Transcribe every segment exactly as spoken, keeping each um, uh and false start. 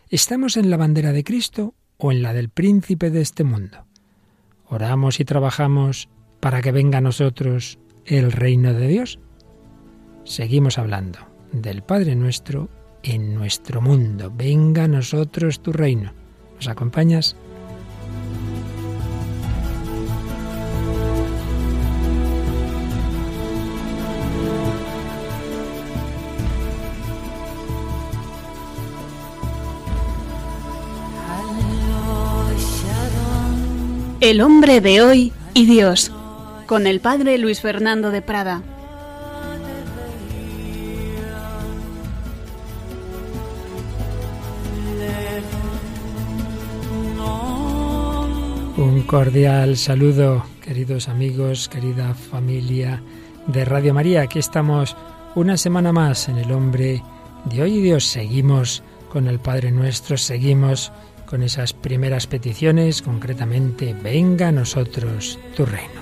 ¿Estamos en la bandera de Cristo o en la del príncipe de este mundo? ¿Oramos y trabajamos para que venga a nosotros el reino de Dios? Seguimos hablando del Padre Nuestro en nuestro mundo. Venga a nosotros tu reino. ¿Nos acompañas? El hombre de hoy y Dios, con el padre Luis Fernando de Prada. Un cordial saludo, queridos amigos, querida familia de Radio María. Aquí estamos una semana más en El hombre de hoy y Dios. Seguimos con el Padre Nuestro, seguimos con esas primeras peticiones, concretamente, venga a nosotros tu reino.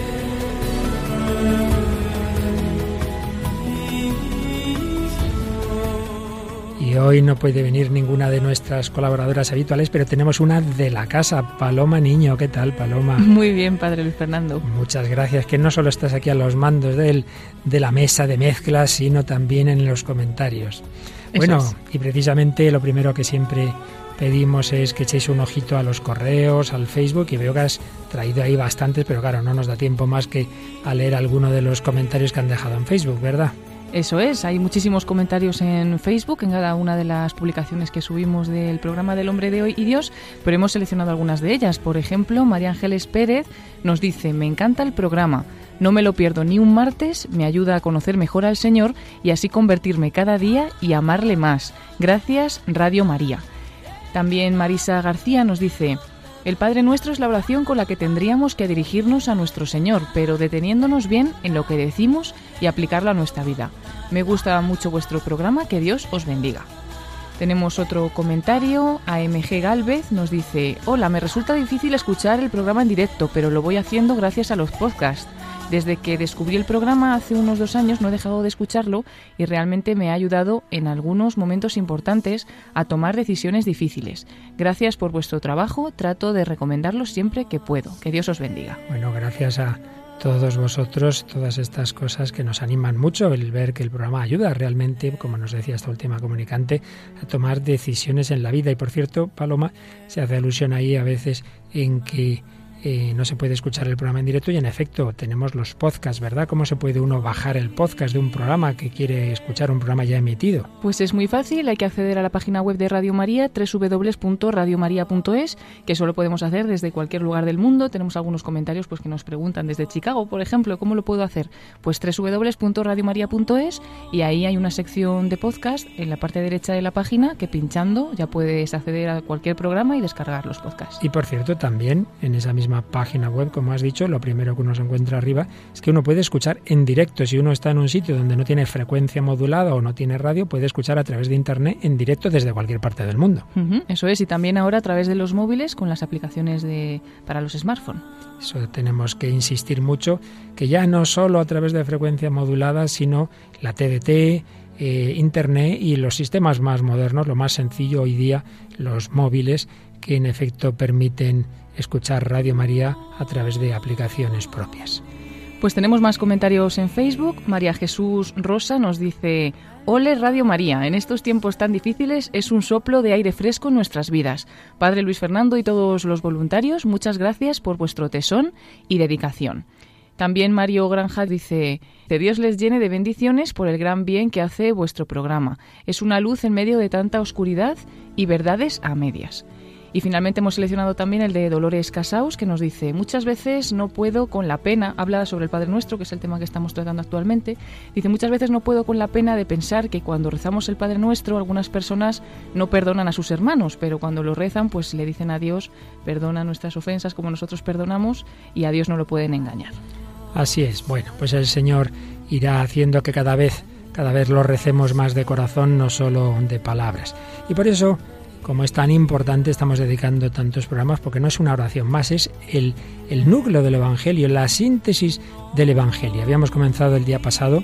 Y hoy no puede venir ninguna de nuestras colaboradoras habituales, pero tenemos una de la casa, Paloma Niño. ¿Qué tal, Paloma? Muy bien, padre Luis Fernando. Muchas gracias, que no solo estás aquí a los mandos del, de la mesa de mezclas, sino también en los comentarios. Eso bueno, es. Y precisamente lo primero que siempre pedimos es que echéis un ojito a los correos, al Facebook, y veo que has traído ahí bastantes, pero claro, no nos da tiempo más que a leer alguno de los comentarios que han dejado en Facebook, ¿verdad? Eso es, hay muchísimos comentarios en Facebook, en cada una de las publicaciones que subimos del programa del Hombre de Hoy y Dios, pero hemos seleccionado algunas de ellas. Por ejemplo, María Ángeles Pérez nos dice: me encanta el programa, no me lo pierdo ni un martes, me ayuda a conocer mejor al Señor y así convertirme cada día y amarle más. Gracias, Radio María. También Marisa García nos dice: el Padre Nuestro es la oración con la que tendríamos que dirigirnos a nuestro Señor, pero deteniéndonos bien en lo que decimos y aplicarlo a nuestra vida. Me gusta mucho vuestro programa, que Dios os bendiga. Tenemos otro comentario. A M G Gálvez nos dice: hola, me resulta difícil escuchar el programa en directo, pero lo voy haciendo gracias a los podcasts. Desde que descubrí el programa hace unos dos años no he dejado de escucharlo y realmente me ha ayudado en algunos momentos importantes a tomar decisiones difíciles. Gracias por vuestro trabajo, trato de recomendarlo siempre que puedo. Que Dios os bendiga. Bueno, gracias a todos vosotros, todas estas cosas que nos animan mucho, el ver que el programa ayuda realmente, como nos decía esta última comunicante, a tomar decisiones en la vida. Y por cierto, Paloma, se hace alusión ahí a veces en que Eh, no se puede escuchar el programa en directo y en efecto tenemos los podcasts, ¿verdad? ¿Cómo se puede uno bajar el podcast de un programa que quiere escuchar un programa ya emitido? Pues es muy fácil, hay que acceder a la página web de Radio María, doble u doble u doble u punto radio maría punto es, que eso lo podemos hacer desde cualquier lugar del mundo. Tenemos algunos comentarios pues que nos preguntan desde Chicago, por ejemplo, ¿cómo lo puedo hacer? Pues doble u doble u doble u punto radio maría punto es y ahí hay una sección de podcast en la parte derecha de la página que pinchando ya puedes acceder a cualquier programa y descargar los podcasts. Y por cierto, también en esa misma página web, como has dicho, lo primero que uno se encuentra arriba es que uno puede escuchar en directo. Si uno está en un sitio donde no tiene frecuencia modulada o no tiene radio, puede escuchar a través de internet en directo desde cualquier parte del mundo. Uh-huh, eso es, y también ahora a través de los móviles con las aplicaciones de para los smartphones. Eso tenemos que insistir mucho, que ya no solo a través de frecuencia modulada, sino la T D T, eh, internet y los sistemas más modernos, lo más sencillo hoy día, los móviles, que en efecto permiten escuchar Radio María a través de aplicaciones propias. Pues tenemos más comentarios en Facebook. María Jesús Rosa nos dice: ole Radio María, en estos tiempos tan difíciles es un soplo de aire fresco en nuestras vidas. Padre Luis Fernando y todos los voluntarios, muchas gracias por vuestro tesón y dedicación. También Mario Granja dice: que Dios les llene de bendiciones por el gran bien que hace vuestro programa. Es una luz en medio de tanta oscuridad y verdades a medias. Y finalmente hemos seleccionado también el de Dolores Casaus, que nos dice: muchas veces no puedo con la pena, habla sobre el Padre Nuestro, que es el tema que estamos tratando actualmente, dice: muchas veces no puedo con la pena de pensar que cuando rezamos el Padre Nuestro algunas personas no perdonan a sus hermanos, pero cuando lo rezan pues le dicen a Dios: perdona nuestras ofensas como nosotros perdonamos, y a Dios no lo pueden engañar. Así es. Bueno, pues el Señor irá haciendo que cada vez, cada vez lo recemos más de corazón, no solo de palabras. Y por eso, como es tan importante, estamos dedicando tantos programas, porque no es una oración más, es el, el núcleo del Evangelio, la síntesis del Evangelio. Habíamos comenzado el día pasado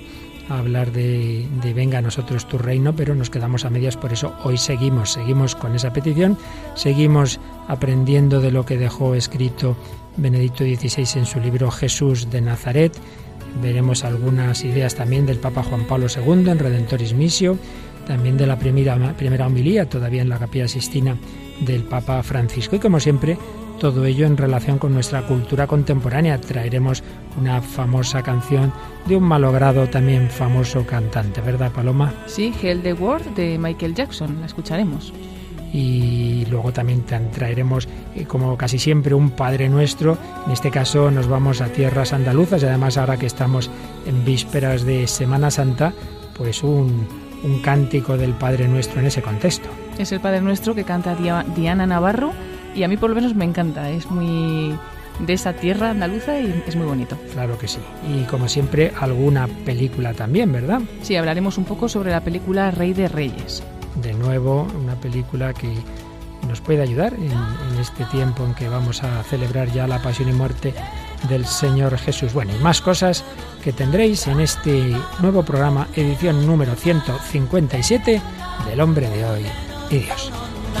a hablar de, de venga a nosotros tu reino, pero nos quedamos a medias, por eso hoy seguimos, seguimos con esa petición, seguimos aprendiendo de lo que dejó escrito Benedicto dieciséis en su libro Jesús de Nazaret. Veremos algunas ideas también del Papa Juan Pablo segundo en Redentoris Missio, también de la primera, primera homilía, todavía en la Capilla Sixtina, del Papa Francisco. Y como siempre, todo ello en relación con nuestra cultura contemporánea. Traeremos una famosa canción de un malogrado también famoso cantante, ¿verdad, Paloma? Sí, Hell the World de Michael Jackson, la escucharemos. Y luego también traeremos, como casi siempre, un Padre Nuestro. En este caso nos vamos a tierras andaluzas y además ahora que estamos en vísperas de Semana Santa, pues un, un cántico del Padre Nuestro en ese contexto. Es el Padre Nuestro que canta Diana Navarro y a mí por lo menos me encanta, es muy de esa tierra andaluza y es muy bonito. Claro que sí. Y como siempre, alguna película también, ¿verdad? Sí, hablaremos un poco sobre la película Rey de Reyes. De nuevo, una película que nos puede ayudar en, en este tiempo en que vamos a celebrar ya la pasión y muerte del Señor Jesús. Bueno, y más cosas que tendréis en este nuevo programa, edición número ciento cincuenta y siete del Hombre de Hoy y Dios.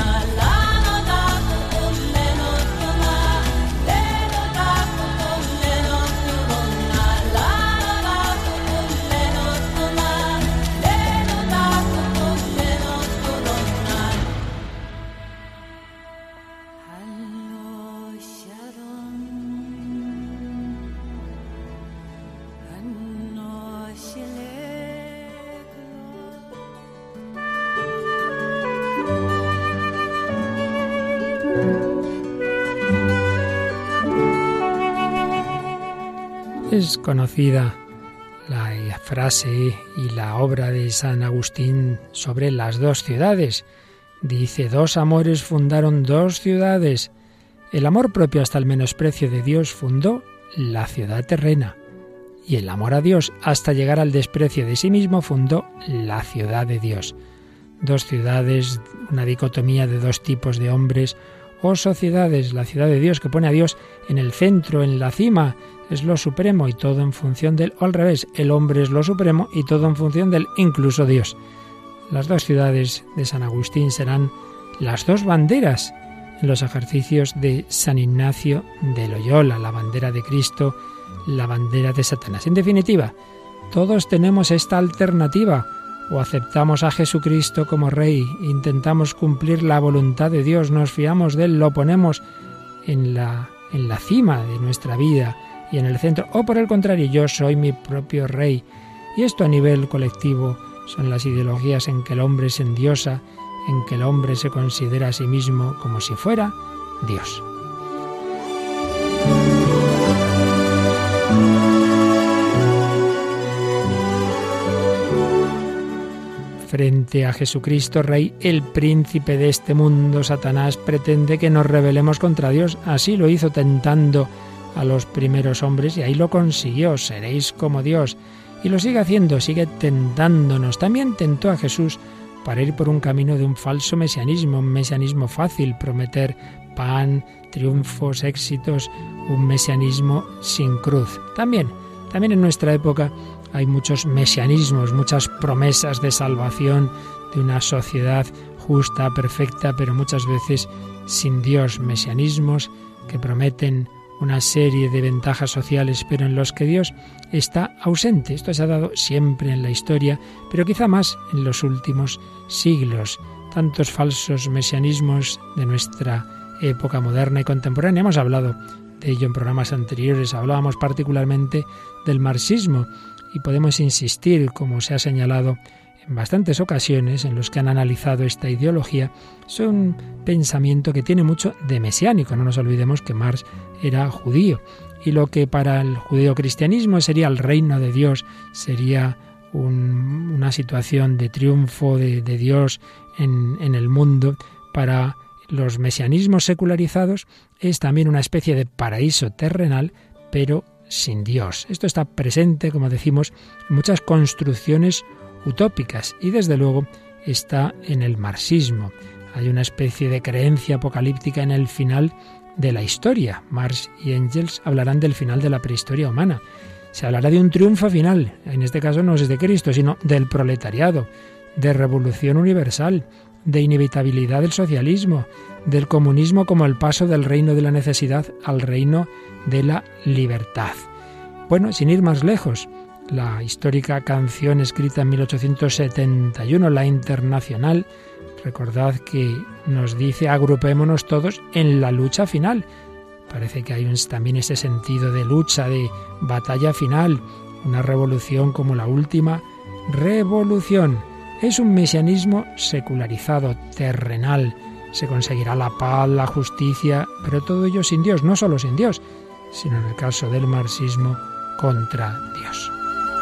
Es conocida la frase y la obra de San Agustín sobre las dos ciudades. Dice, dos amores fundaron dos ciudades. El amor propio hasta el menosprecio de Dios fundó la ciudad terrena. Y el amor a Dios hasta llegar al desprecio de sí mismo fundó la ciudad de Dios. Dos ciudades, una dicotomía de dos tipos de hombres o sociedades. La ciudad de Dios que pone a Dios en el centro, en la cima, es lo supremo y todo en función del, o al revés, el hombre es lo supremo y todo en función del, incluso Dios. Las dos ciudades de San Agustín serán las dos banderas en los ejercicios de San Ignacio de Loyola, la bandera de Cristo, la bandera de Satanás. En definitiva, todos tenemos esta alternativa, o aceptamos a Jesucristo como Rey, intentamos cumplir la voluntad de Dios, nos fiamos de Él, lo ponemos en la, en la cima de nuestra vida y en el centro, o por el contrario, yo soy mi propio Rey. Y esto a nivel colectivo son las ideologías en que el hombre se endiosa, en que el hombre se considera a sí mismo como si fuera Dios. Frente a Jesucristo Rey, el príncipe de este mundo, Satanás, pretende que nos rebelemos contra Dios. Así lo hizo tentando a los primeros hombres y ahí lo consiguió. Seréis como Dios. Y lo sigue haciendo, sigue tentándonos. También tentó a Jesús para ir por un camino de un falso mesianismo, un mesianismo fácil, prometer pan, triunfos, éxitos, un mesianismo sin cruz. También, también en nuestra época hay muchos mesianismos, muchas promesas de salvación, de una sociedad justa, perfecta, pero muchas veces sin Dios. Mesianismos que prometen una serie de ventajas sociales, pero en los que Dios está ausente. Esto se ha dado siempre en la historia, pero quizá más en los últimos siglos. Tantos falsos mesianismos de nuestra época moderna y contemporánea. Hemos hablado de ello en programas anteriores. Hablábamos particularmente del marxismo y podemos insistir, como se ha señalado en bastantes ocasiones en los que han analizado esta ideología, es un pensamiento que tiene mucho de mesiánico. No nos olvidemos que Marx era judío y lo que para el judeocristianismo sería el reino de Dios, sería un, una situación de triunfo de, de Dios en, en el mundo, para los mesianismos secularizados es también una especie de paraíso terrenal, pero sin Dios. Esto está presente, como decimos, en muchas construcciones utópicas y desde luego está en el marxismo. Hay una especie de creencia apocalíptica en el final de la historia. Marx y Engels hablarán del final de la prehistoria humana. Se hablará de un triunfo final, en este caso no es de Cristo, sino del proletariado, de revolución universal, de inevitabilidad del socialismo, del comunismo como el paso del reino de la necesidad al reino de la libertad. Bueno, sin ir más lejos, la histórica canción escrita en mil ochocientos setenta y uno, la Internacional, recordad que nos dice agrupémonos todos en la lucha final. Parece que hay un, también ese sentido de lucha, de batalla final, una revolución como la última revolución. Es un mesianismo secularizado, terrenal. Se conseguirá la paz, la justicia, pero todo ello sin Dios, no solo sin Dios, sino en el caso del marxismo, contra Dios.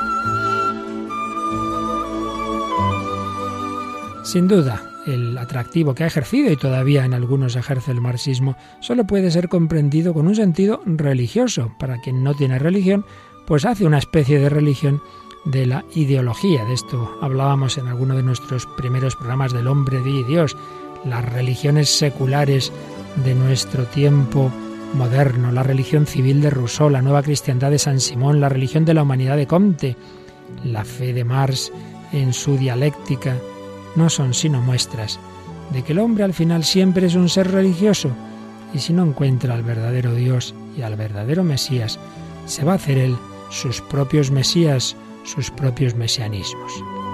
Sin duda, el atractivo que ha ejercido y todavía en algunos ejerce el marxismo solo puede ser comprendido con un sentido religioso. Para quien no tiene religión, pues hace una especie de religión de la ideología. De esto hablábamos en alguno de nuestros primeros programas del Hombre de Dios. Las religiones seculares de nuestro tiempo moderno, la religión civil de Rousseau, la nueva cristiandad de Saint-Simon, la religión de la humanidad de Comte, la fe de Marx en su dialéctica, no son sino muestras de que el hombre al final siempre es un ser religioso, y si no encuentra al verdadero Dios y al verdadero Mesías, se va a hacer él sus propios Mesías, sus propios mesianismos.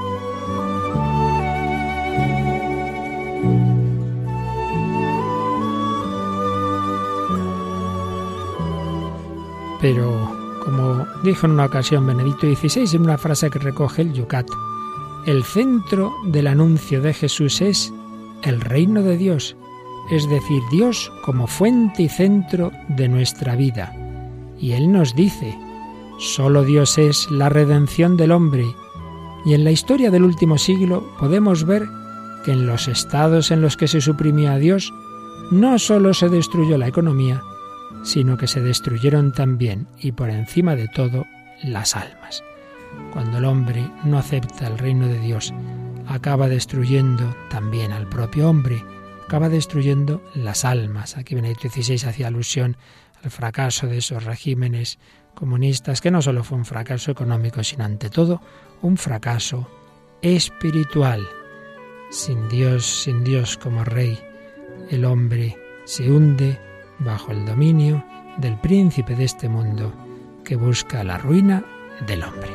Pero, como dijo en una ocasión Benedicto dieciséis, en una frase que recoge el Yucat, el centro del anuncio de Jesús es el reino de Dios, es decir, Dios como fuente y centro de nuestra vida. Y Él nos dice, solo Dios es la redención del hombre. Y en la historia del último siglo podemos ver que en los estados en los que se suprimía a Dios, no solo se destruyó la economía, sino que se destruyeron también, y por encima de todo, las almas. Cuando el hombre no acepta el reino de Dios, acaba destruyendo también al propio hombre, acaba destruyendo las almas. Aquí Benedicto dieciséis hacía alusión al fracaso de esos regímenes comunistas, que no solo fue un fracaso económico, sino ante todo un fracaso espiritual. Sin Dios, sin Dios como rey, el hombre se hunde bajo el dominio del príncipe de este mundo que busca la ruina del hombre.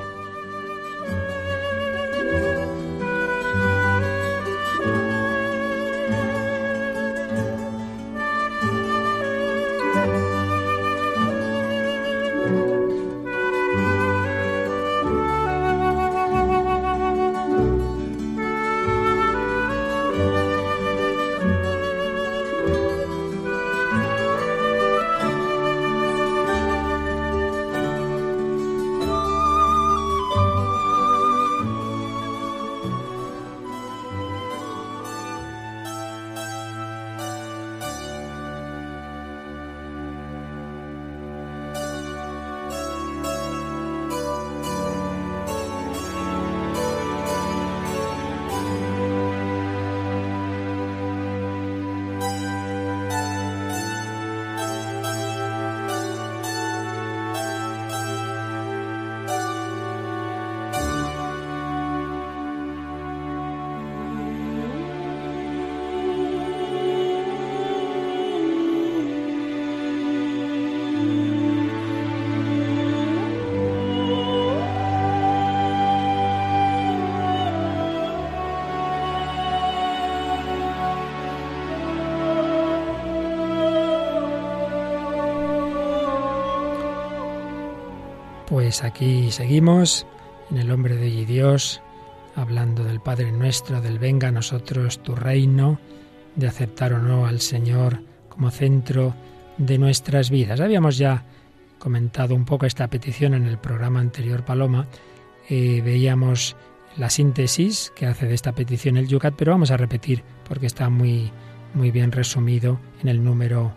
Pues aquí seguimos en el Hombre de hoy y Dios, hablando del Padre Nuestro, del venga a nosotros tu reino, de aceptar o no al Señor como centro de nuestras vidas. Habíamos ya comentado un poco esta petición en el programa anterior, Paloma. Eh, veíamos la síntesis que hace de esta petición el Yucat, pero vamos a repetir porque está muy, muy bien resumido en el número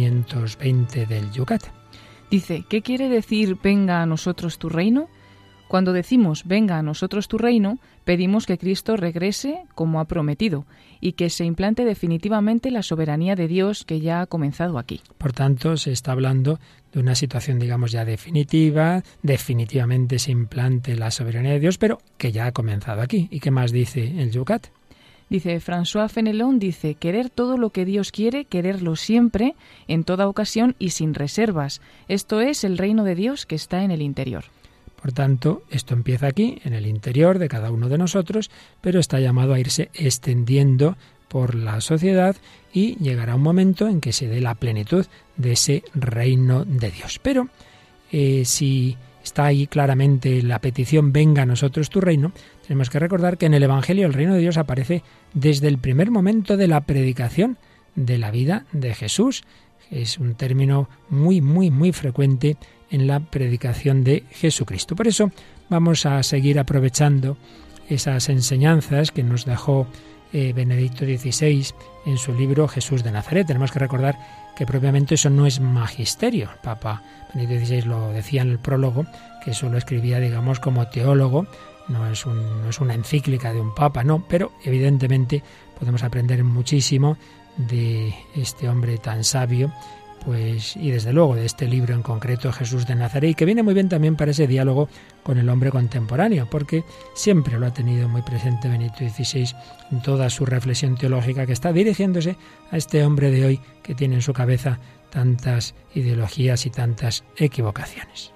quinientos veinte del Yucat. Dice, ¿qué quiere decir venga a nosotros tu reino? Cuando decimos venga a nosotros tu reino, pedimos que Cristo regrese como ha prometido y que se implante definitivamente la soberanía de Dios que ya ha comenzado aquí. Por tanto, se está hablando de una situación, digamos, ya definitiva, definitivamente se implante la soberanía de Dios, pero que ya ha comenzado aquí. ¿Y qué más dice el Yucat? Dice François Fenelon, dice, querer todo lo que Dios quiere, quererlo siempre, en toda ocasión y sin reservas. Esto es el reino de Dios que está en el interior. Por tanto, esto empieza aquí, en el interior de cada uno de nosotros, pero está llamado a irse extendiendo por la sociedad y llegará un momento en que se dé la plenitud de ese reino de Dios. Pero eh, si está ahí claramente la petición, venga a nosotros tu reino, tenemos que recordar que en el Evangelio el reino de Dios aparece desde el primer momento de la predicación de la vida de Jesús. Es un término muy, muy, muy frecuente en la predicación de Jesucristo. Por eso vamos a seguir aprovechando esas enseñanzas que nos dejó eh, Benedicto dieciséis en su libro Jesús de Nazaret. Tenemos que recordar que propiamente eso no es magisterio. El Papa Benedicto dieciséis lo decía en el prólogo, que eso lo escribía, digamos, como teólogo. No es, un, no es una encíclica de un papa, no, pero evidentemente podemos aprender muchísimo de este hombre tan sabio, pues, y desde luego de este libro en concreto, Jesús de Nazaret, y que viene muy bien también para ese diálogo con el hombre contemporáneo, porque siempre lo ha tenido muy presente Benedicto dieciséis en toda su reflexión teológica, que está dirigiéndose a este hombre de hoy que tiene en su cabeza tantas ideologías y tantas equivocaciones.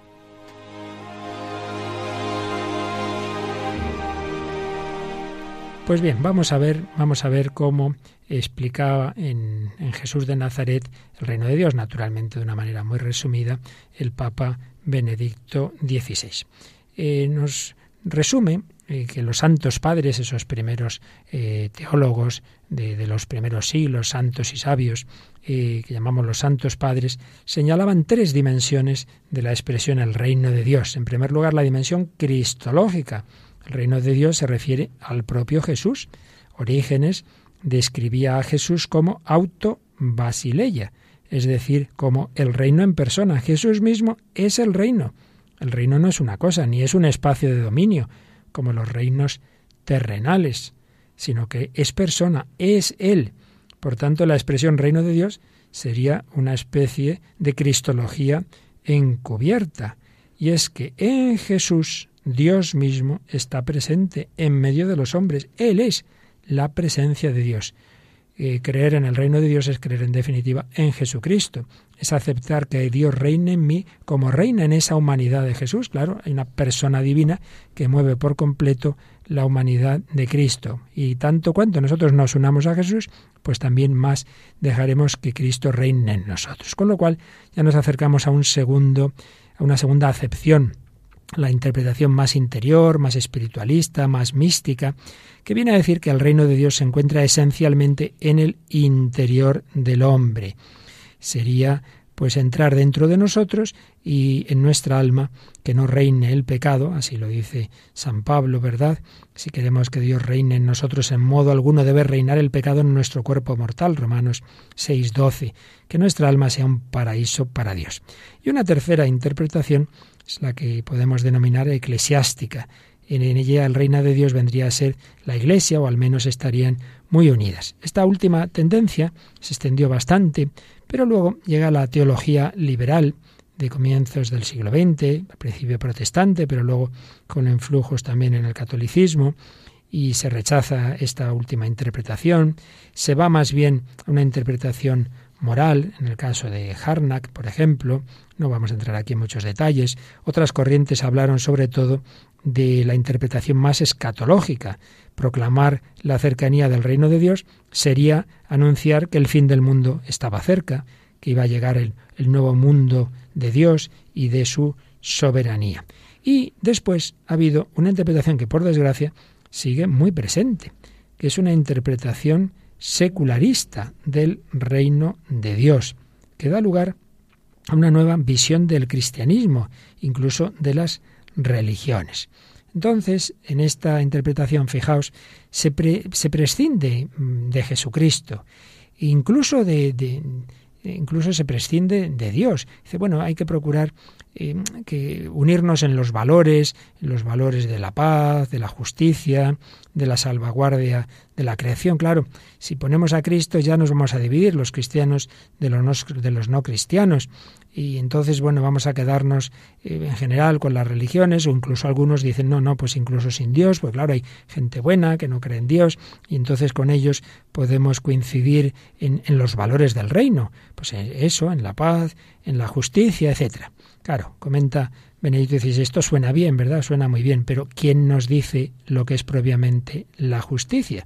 Pues bien, vamos a ver, vamos a ver cómo explicaba en, en Jesús de Nazaret el reino de Dios, naturalmente de una manera muy resumida, el Papa Benedicto dieciséis. Eh, nos resume eh, que los santos padres, esos primeros eh, teólogos de, de los primeros siglos, santos y sabios, eh, que llamamos los santos padres, señalaban tres dimensiones de la expresión el reino de Dios. En primer lugar, la dimensión cristológica. El reino de Dios se refiere al propio Jesús. Orígenes describía a Jesús como auto basileia, es decir, como el reino en persona. Jesús mismo es el reino. El reino no es una cosa, ni es un espacio de dominio, como los reinos terrenales, sino que es persona, es Él. Por tanto, la expresión reino de Dios sería una especie de cristología encubierta. Y es que en Jesús Dios mismo está presente en medio de los hombres. Él es la presencia de Dios. Eh, creer en el reino de Dios es creer en definitiva en Jesucristo. Es aceptar que Dios reine en mí como reina en esa humanidad de Jesús. Claro, hay una persona divina que mueve por completo la humanidad de Cristo. Y tanto cuanto nosotros nos unamos a Jesús, pues también más dejaremos que Cristo reine en nosotros. Con lo cual ya nos acercamos a un segundo, a una segunda acepción, la interpretación más interior, más espiritualista, más mística, que viene a decir que el reino de Dios se encuentra esencialmente en el interior del hombre. Sería pues entrar dentro de nosotros y en nuestra alma que no reine el pecado, así lo dice San Pablo, ¿verdad? Si queremos que Dios reine en nosotros, en modo alguno debe reinar el pecado en nuestro cuerpo mortal, Romanos seis doce, que nuestra alma sea un paraíso para Dios. Y una tercera interpretación es la que podemos denominar eclesiástica. En ella el reino de Dios vendría a ser la Iglesia, o al menos estarían muy unidas. Esta última tendencia se extendió bastante, pero luego llega la teología liberal de comienzos del siglo veinte, al principio protestante, pero luego con influjos también en el catolicismo, y se rechaza esta última interpretación. Se va más bien a una interpretación moral, en el caso de Harnack, por ejemplo. No vamos a entrar aquí en muchos detalles. Otras corrientes hablaron sobre todo de la interpretación más escatológica. Proclamar la cercanía del reino de Dios sería anunciar que el fin del mundo estaba cerca, que iba a llegar el, el nuevo mundo de Dios y de su soberanía. Y después ha habido una interpretación que, por desgracia, sigue muy presente, que es una interpretación secularista del reino de Dios, que da lugar a una nueva visión del cristianismo, incluso de las religiones. Entonces, en esta interpretación, fijaos, se, pre, se prescinde de Jesucristo, incluso de, de incluso se prescinde de Dios. Dice, bueno, hay que procurar eh, que unirnos en los valores, en los valores de la paz, de la justicia, de la salvaguardia de la creación. Claro, si ponemos a Cristo ya nos vamos a dividir, los cristianos de los no, de los no cristianos. Y entonces, bueno, vamos a quedarnos eh, en general con las religiones, o incluso algunos dicen, no, no, pues incluso sin Dios, pues claro, hay gente buena que no cree en Dios, y entonces con ellos podemos coincidir en, en los valores del reino, pues eso, en la paz, en la justicia, etcétera. Claro, comenta Benedicto dieciséis, esto suena bien, ¿verdad? Suena muy bien, pero ¿quién nos dice lo que es propiamente la justicia?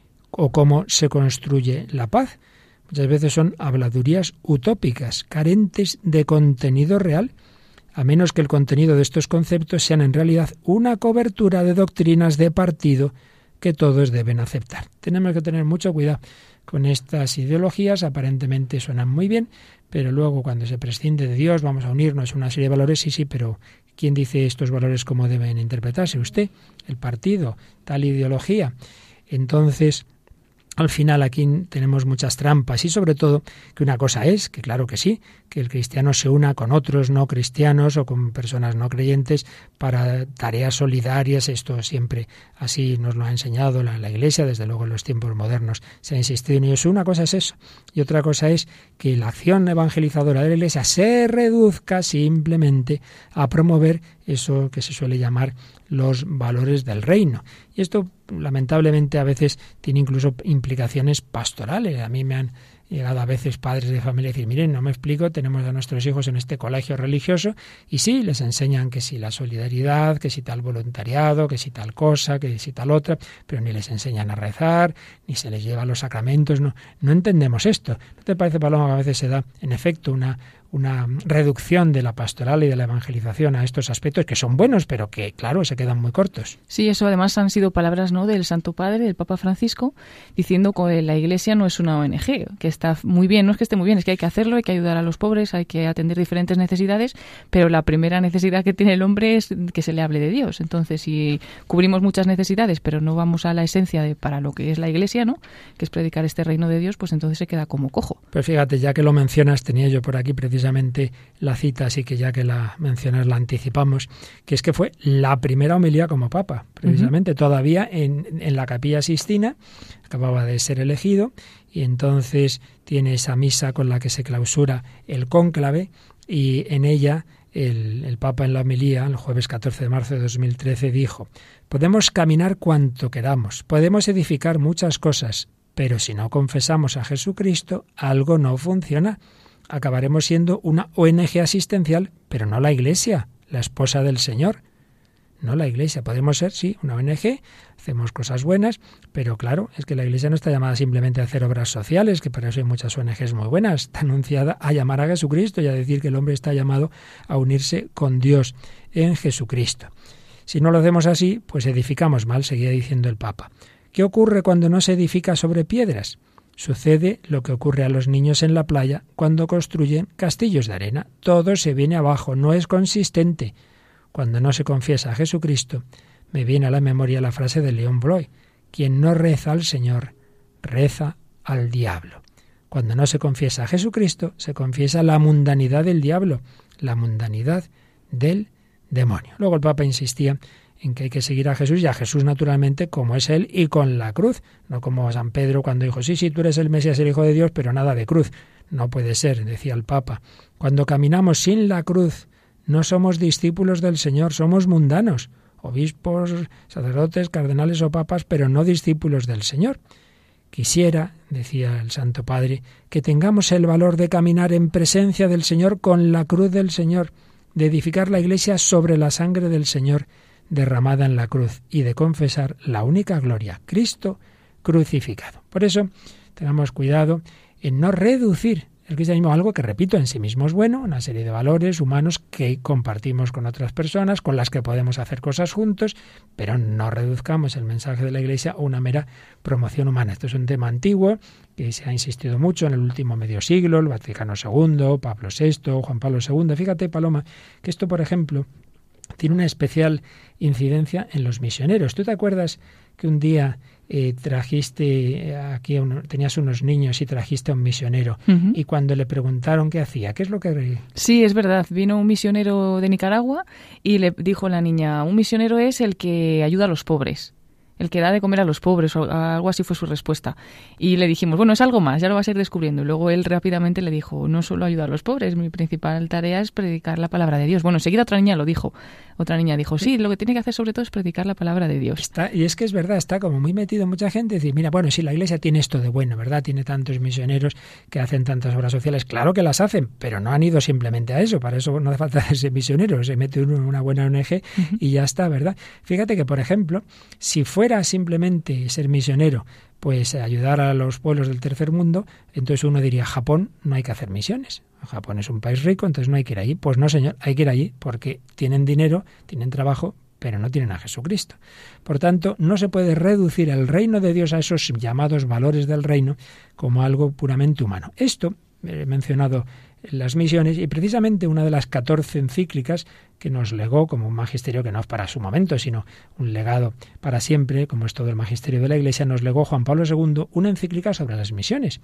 ¿O cómo se construye la paz? Muchas veces son habladurías utópicas, carentes de contenido real, a menos que el contenido de estos conceptos sean en realidad una cobertura de doctrinas de partido que todos deben aceptar. Tenemos que tener mucho cuidado con estas ideologías, aparentemente suenan muy bien, pero luego cuando se prescinde de Dios vamos a unirnos a una serie de valores, sí, sí, pero ¿quién dice estos valores cómo deben interpretarse? ¿Usted? ¿El partido? ¿Tal ideología? Entonces, al final aquí tenemos muchas trampas y sobre todo que una cosa es, que claro que sí, que el cristiano se una con otros no cristianos o con personas no creyentes para tareas solidarias. Esto siempre así nos lo ha enseñado la, la Iglesia, desde luego en los tiempos modernos se ha insistido en ello. Una cosa es eso y otra cosa es que la acción evangelizadora de la Iglesia se reduzca simplemente a promover eso que se suele llamar los valores del reino. Y esto, lamentablemente, a veces tiene incluso implicaciones pastorales. A mí me han llegado a veces padres de familia a decir, miren, no me explico, tenemos a nuestros hijos en este colegio religioso y sí, les enseñan que si la solidaridad, que si tal voluntariado, que si tal cosa, que si tal otra, pero ni les enseñan a rezar, ni se les lleva los sacramentos, no, no entendemos esto. ¿No te parece, Paloma, que a veces se da, en efecto, una una reducción de la pastoral y de la evangelización a estos aspectos que son buenos, pero que, claro, se quedan muy cortos? Sí, eso además han sido palabras, ¿no?, del Santo Padre, del Papa Francisco, diciendo que la Iglesia no es una O N G, que está muy bien, no es que esté muy bien, es que hay que hacerlo, hay que ayudar a los pobres, hay que atender diferentes necesidades, pero la primera necesidad que tiene el hombre es que se le hable de Dios. Entonces, si cubrimos muchas necesidades, pero no vamos a la esencia de para lo que es la Iglesia, ¿no?, que es predicar este reino de Dios, pues entonces se queda como cojo. Pues fíjate, ya que lo mencionas, tenía yo por aquí precisamente precisamente la cita, así que ya que la mencionas la anticipamos, que es que fue la primera homilía como Papa, precisamente, uh-huh. todavía en, en la Capilla Sixtina, acababa de ser elegido, y entonces tiene esa misa con la que se clausura el cónclave, y en ella el, el Papa en la homilía, el jueves catorce de marzo de dos mil trece, dijo: podemos caminar cuanto queramos, podemos edificar muchas cosas, pero si no confesamos a Jesucristo, algo no funciona. Acabaremos siendo una O N G asistencial, pero no la Iglesia, la esposa del Señor. No la Iglesia. Podemos ser, sí, una O N G, hacemos cosas buenas, pero claro, es que la Iglesia no está llamada simplemente a hacer obras sociales, que para eso hay muchas O N Ges muy buenas. Está anunciada a llamar a Jesucristo y a decir que el hombre está llamado a unirse con Dios en Jesucristo. Si no lo hacemos así, pues edificamos mal, seguía diciendo el Papa. ¿Qué ocurre cuando no se edifica sobre piedras? Sucede lo que ocurre a los niños en la playa cuando construyen castillos de arena. Todo se viene abajo, no es consistente. Cuando no se confiesa a Jesucristo, me viene a la memoria la frase de León Bloy: quien no reza al Señor, reza al diablo. Cuando no se confiesa a Jesucristo, se confiesa la mundanidad del diablo, la mundanidad del demonio. Luego el Papa insistía en que hay que seguir a Jesús y a Jesús naturalmente como es Él y con la cruz, no como San Pedro cuando dijo, sí, sí, tú eres el Mesías, el Hijo de Dios, pero nada de cruz. No puede ser, decía el Papa. Cuando caminamos sin la cruz, no somos discípulos del Señor, somos mundanos, obispos, sacerdotes, cardenales o papas, pero no discípulos del Señor. Quisiera, decía el Santo Padre, que tengamos el valor de caminar en presencia del Señor con la cruz del Señor, de edificar la Iglesia sobre la sangre del Señor derramada en la cruz y de confesar la única gloria, Cristo crucificado. Por eso, tengamos cuidado en no reducir el cristianismo a algo que, repito, en sí mismo es bueno, una serie de valores humanos que compartimos con otras personas, con las que podemos hacer cosas juntos, pero no reduzcamos el mensaje de la Iglesia a una mera promoción humana. Esto es un tema antiguo que se ha insistido mucho en el último medio siglo, el Vaticano segundo, Pablo sexto, Juan Pablo segundo. Fíjate, Paloma, que esto, por ejemplo, tiene una especial incidencia en los misioneros. ¿Tú te acuerdas que un día eh, trajiste aquí, a uno, tenías unos niños y trajiste a un misionero, uh-huh. y cuando le preguntaron qué hacía, qué es lo que... Sí, es verdad. Vino un misionero de Nicaragua y le dijo la niña, un misionero es el que ayuda a los pobres, el que da de comer a los pobres, o algo así fue su respuesta. Y le dijimos, bueno, es algo más, ya lo vas a ir descubriendo. Y luego él rápidamente le dijo, no solo ayudar a los pobres, mi principal tarea es predicar la palabra de Dios. Bueno, enseguida otra niña lo dijo. Otra niña dijo, sí, lo que tiene que hacer sobre todo es predicar la palabra de Dios. Está, y es que es verdad, está como muy metido mucha gente, decir, mira, bueno, si la Iglesia tiene esto de bueno, ¿verdad? Tiene tantos misioneros que hacen tantas obras sociales, claro que las hacen, pero no han ido simplemente a eso, para eso no hace falta ser misionero, se mete uno en una buena O N G uh-huh. y ya está, ¿verdad? Fíjate que, por ejemplo, si fuera simplemente ser misionero, pues ayudar a los pueblos del tercer mundo, entonces uno diría, Japón no hay que hacer misiones. Japón es un país rico, entonces no hay que ir allí. Pues no, señor, hay que ir allí porque tienen dinero, tienen trabajo, pero no tienen a Jesucristo. Por tanto, no se puede reducir el reino de Dios a esos llamados valores del reino como algo puramente humano. Esto, he mencionado las misiones, y precisamente una de las catorce encíclicas que nos legó como un magisterio que no es para su momento, sino un legado para siempre, como es todo el magisterio de la Iglesia, nos legó Juan Pablo segundo una encíclica sobre las misiones.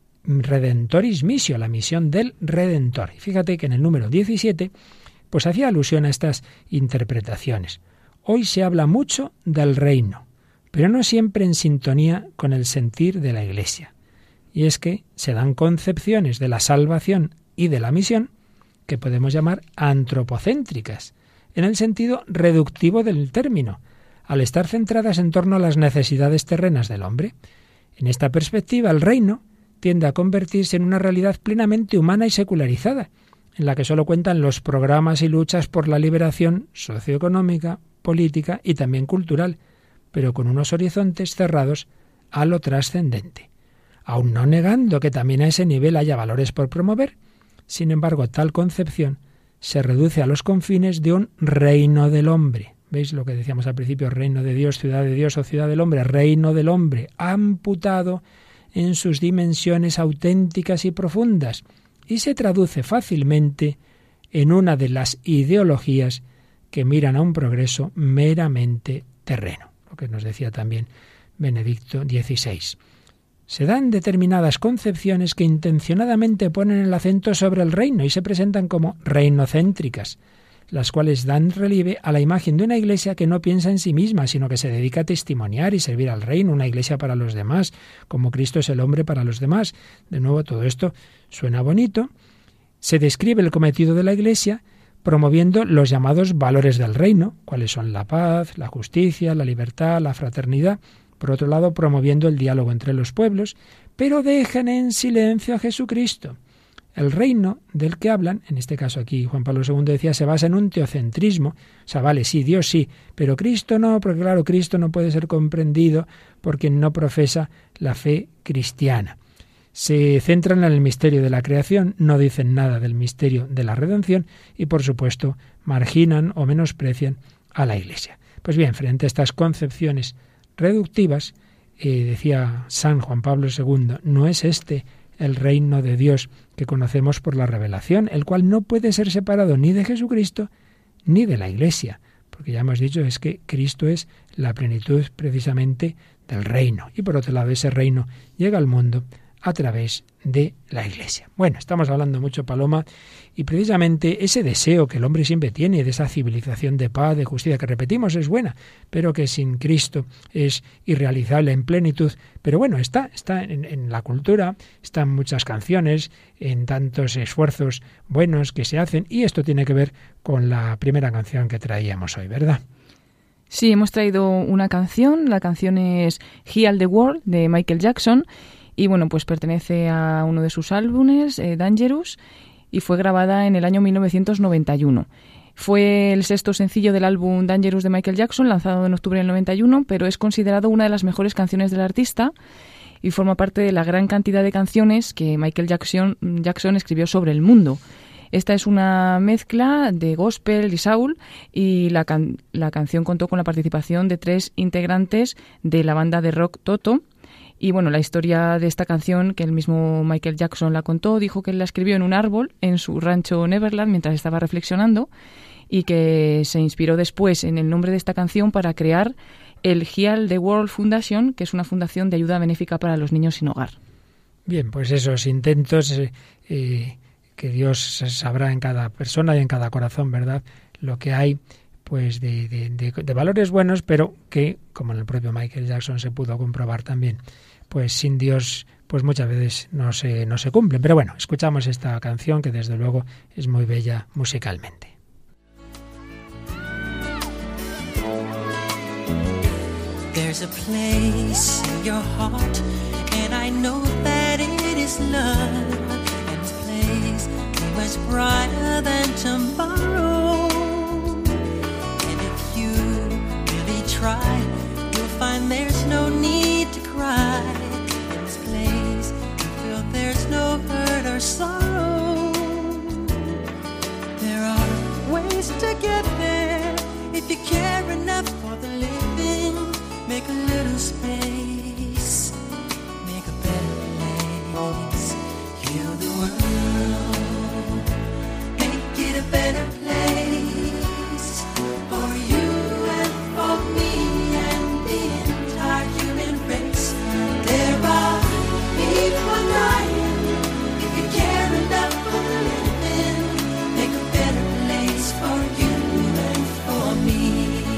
Redentoris Missio, la misión del Redentor. Y fíjate que en el número diecisiete, pues hacía alusión a estas interpretaciones. Hoy se habla mucho del reino, pero no siempre en sintonía con el sentir de la Iglesia. Y es que se dan concepciones de la salvación y de la misión que podemos llamar antropocéntricas, en el sentido reductivo del término, al estar centradas en torno a las necesidades terrenas del hombre. En esta perspectiva, el reino tiende a convertirse en una realidad plenamente humana y secularizada, en la que solo cuentan los programas y luchas por la liberación socioeconómica, política y también cultural, pero con unos horizontes cerrados a lo trascendente. Aun no negando que también a ese nivel haya valores por promover, sin embargo, tal concepción se reduce a los confines de un reino del hombre. ¿Veis lo que decíamos al principio? Reino de Dios, ciudad de Dios o ciudad del hombre. Reino del hombre, amputado en sus dimensiones auténticas y profundas, y se traduce fácilmente en una de las ideologías que miran a un progreso meramente terreno, lo que nos decía también Benedicto dieciséis. Se dan determinadas concepciones que intencionadamente ponen el acento sobre el reino y se presentan como reinocéntricas, las cuales dan relieve a la imagen de una iglesia que no piensa en sí misma, sino que se dedica a testimoniar y servir al reino, una iglesia para los demás, como Cristo es el hombre para los demás. De nuevo, todo esto suena bonito. Se describe el cometido de la iglesia promoviendo los llamados valores del reino, cuáles son la paz, la justicia, la libertad, la fraternidad. Por otro lado, promoviendo el diálogo entre los pueblos, pero dejan en silencio a Jesucristo. El reino del que hablan, en este caso aquí Juan Pablo segundo decía, se basa en un teocentrismo. O sea, vale, sí, Dios sí, pero Cristo no, porque claro, Cristo no puede ser comprendido por quien no profesa la fe cristiana. Se centran en el misterio de la creación, no dicen nada del misterio de la redención y, por supuesto, marginan o menosprecian a la Iglesia. Pues bien, frente a estas concepciones reductivas, eh, decía San Juan Pablo segundo, no es este el reino de Dios que conocemos por la revelación, el cual no puede ser separado ni de Jesucristo ni de la Iglesia, porque ya hemos dicho es que Cristo es la plenitud precisamente del reino, y por otro lado ese reino llega al mundo a través de la Iglesia. Bueno, estamos hablando mucho, Paloma, y precisamente ese deseo que el hombre siempre tiene de esa civilización de paz, de justicia, que repetimos es buena, pero que sin Cristo es irrealizable en plenitud. Pero bueno, está, está en, en la cultura, están muchas canciones, en tantos esfuerzos buenos que se hacen, y esto tiene que ver con la primera canción que traíamos hoy, ¿verdad? Sí, hemos traído una canción, la canción es Heal the World, de Michael Jackson, y bueno, pues pertenece a uno de sus álbumes, eh, Dangerous, y fue grabada en el año mil novecientos noventa y uno. Fue el sexto sencillo del álbum Dangerous de Michael Jackson, lanzado en octubre del noventa y uno, pero es considerado una de las mejores canciones del artista y forma parte de la gran cantidad de canciones que Michael Jackson, Jackson escribió sobre el mundo. Esta es una mezcla de gospel y soul, y la, can- la canción contó con la participación de tres integrantes de la banda de rock Toto. Y bueno, la historia de esta canción, que el mismo Michael Jackson la contó, dijo que él la escribió en un árbol en su rancho Neverland mientras estaba reflexionando. y que se inspiró después en el nombre de esta canción para crear el Heal the World Foundation, que es una fundación de ayuda benéfica para los niños sin hogar. Bien, pues esos intentos eh, eh, que Dios sabrá en cada persona y en cada corazón, ¿verdad? Lo que hay pues de, de, de, de valores buenos, pero que, como en el propio Michael Jackson se pudo comprobar también, pues sin Dios pues muchas veces no se, no se cumplen. Pero bueno, escuchamos esta canción que desde luego es muy bella musicalmente. There's a place in your heart, and I know that it is love, and this place is much brighter than tomorrow. And if you really try, you'll find there's no need to cry. In this place, you feel there's no hurt or sorrow. There are ways to get there if you care enough for the living. Make a little space, make a better place, heal the world, make it a better place, for you and for me and the entire human race. There are people dying, if you care enough for the living, make a better place for you and for me.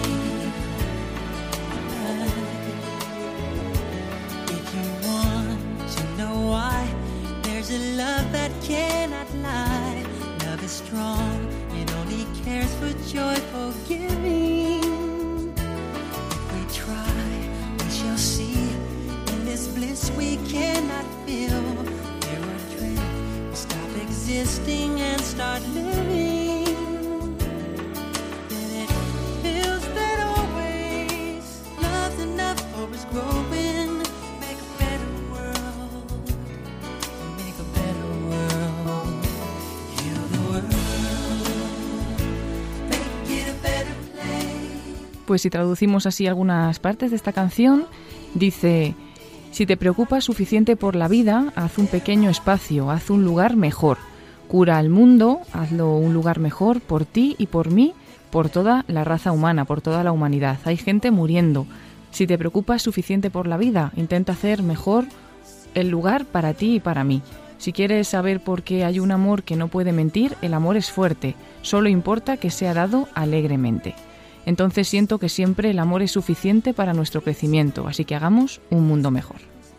There's a love that cannot lie. Love is strong, it only cares for joyful giving. If we try, we shall see. In this bliss we cannot feel. Fear or dread, we stop existing and start living. Then it feels that always love's enough for us growing. Make a better world. Make a better world. Heal the world. Make it a better place. Pues si traducimos así algunas partes de esta canción, dice: si te preocupas suficiente por la vida, haz un pequeño espacio, haz un lugar mejor. Cura al mundo, hazlo un lugar mejor por ti y por mí, por toda la raza humana, por toda la humanidad. Hay gente muriendo. Si te preocupas suficiente por la vida, intenta hacer mejor el lugar para ti y para mí. Si quieres saber por qué hay un amor que no puede mentir, el amor es fuerte. Solo importa que sea dado alegremente. Entonces siento que siempre el amor es suficiente para nuestro crecimiento, así que hagamos un mundo mejor.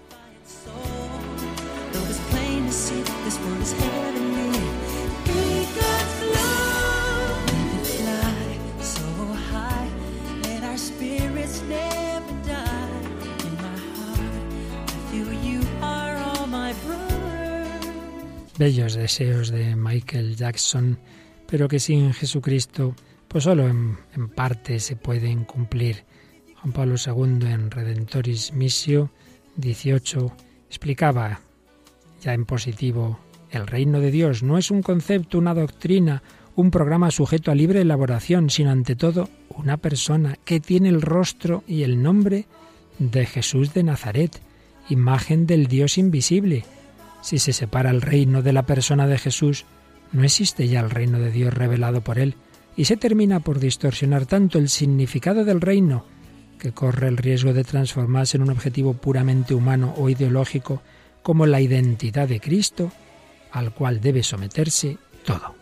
Bellos deseos de Michael Jackson, pero que sin Jesucristo pues solo en, en parte se pueden cumplir. Juan Pablo segundo en Redentoris Missio dieciocho explicaba ya en positivo: el reino de Dios no es un concepto, una doctrina, un programa sujeto a libre elaboración, sino ante todo una persona que tiene el rostro y el nombre de Jesús de Nazaret, imagen del Dios invisible. Si se separa el reino de la persona de Jesús, no existe ya el reino de Dios revelado por él, y se termina por distorsionar tanto el significado del reino, que corre el riesgo de transformarse en un objetivo puramente humano o ideológico, como la identidad de Cristo, al cual debe someterse todo.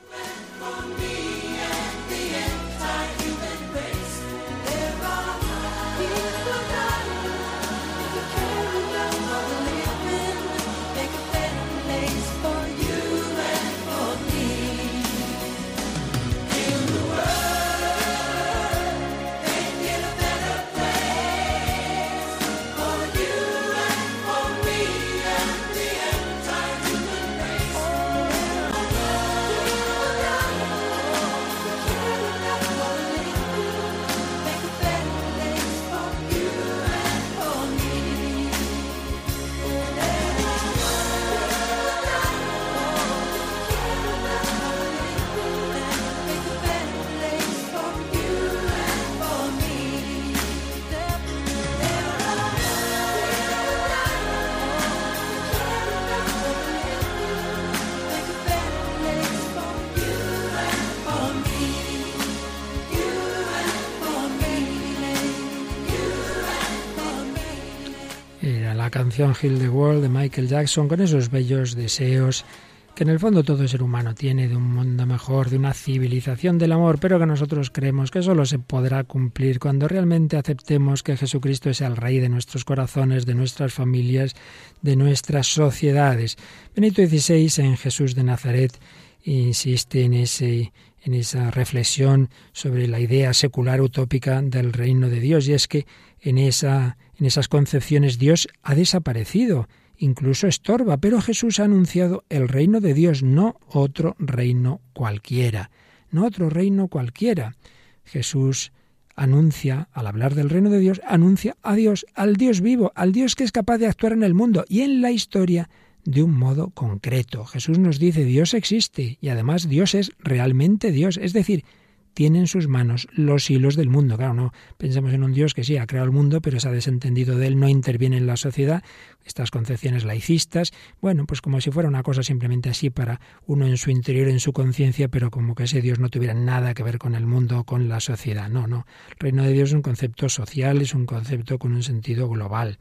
canción Heal the World de Michael Jackson, con esos bellos deseos que en el fondo todo ser humano tiene de un mundo mejor, de una civilización del amor, pero que nosotros creemos que solo se podrá cumplir cuando realmente aceptemos que Jesucristo es el Rey de nuestros corazones, de nuestras familias, de nuestras sociedades. Benedicto dieciséis, en Jesús de Nazaret, insiste en ese en esa reflexión sobre la idea secular utópica del reino de Dios, y es que en esa en esas concepciones Dios ha desaparecido, incluso estorba, pero Jesús ha anunciado el reino de Dios, no otro reino cualquiera, no otro reino cualquiera. Jesús anuncia, al hablar del reino de Dios, anuncia a Dios, al Dios vivo, al Dios que es capaz de actuar en el mundo y en la historia de un modo concreto. Jesús nos dice, Dios existe y además Dios es realmente Dios, es decir, tiene en sus manos los hilos del mundo. Claro, no pensemos en un Dios que sí ha creado el mundo, pero se ha desentendido de él, no interviene en la sociedad, estas concepciones laicistas, bueno, pues como si fuera una cosa simplemente así para uno en su interior, en su conciencia, pero como que ese Dios no tuviera nada que ver con el mundo o con la sociedad. No, no. El reino de Dios es un concepto social, es un concepto con un sentido global,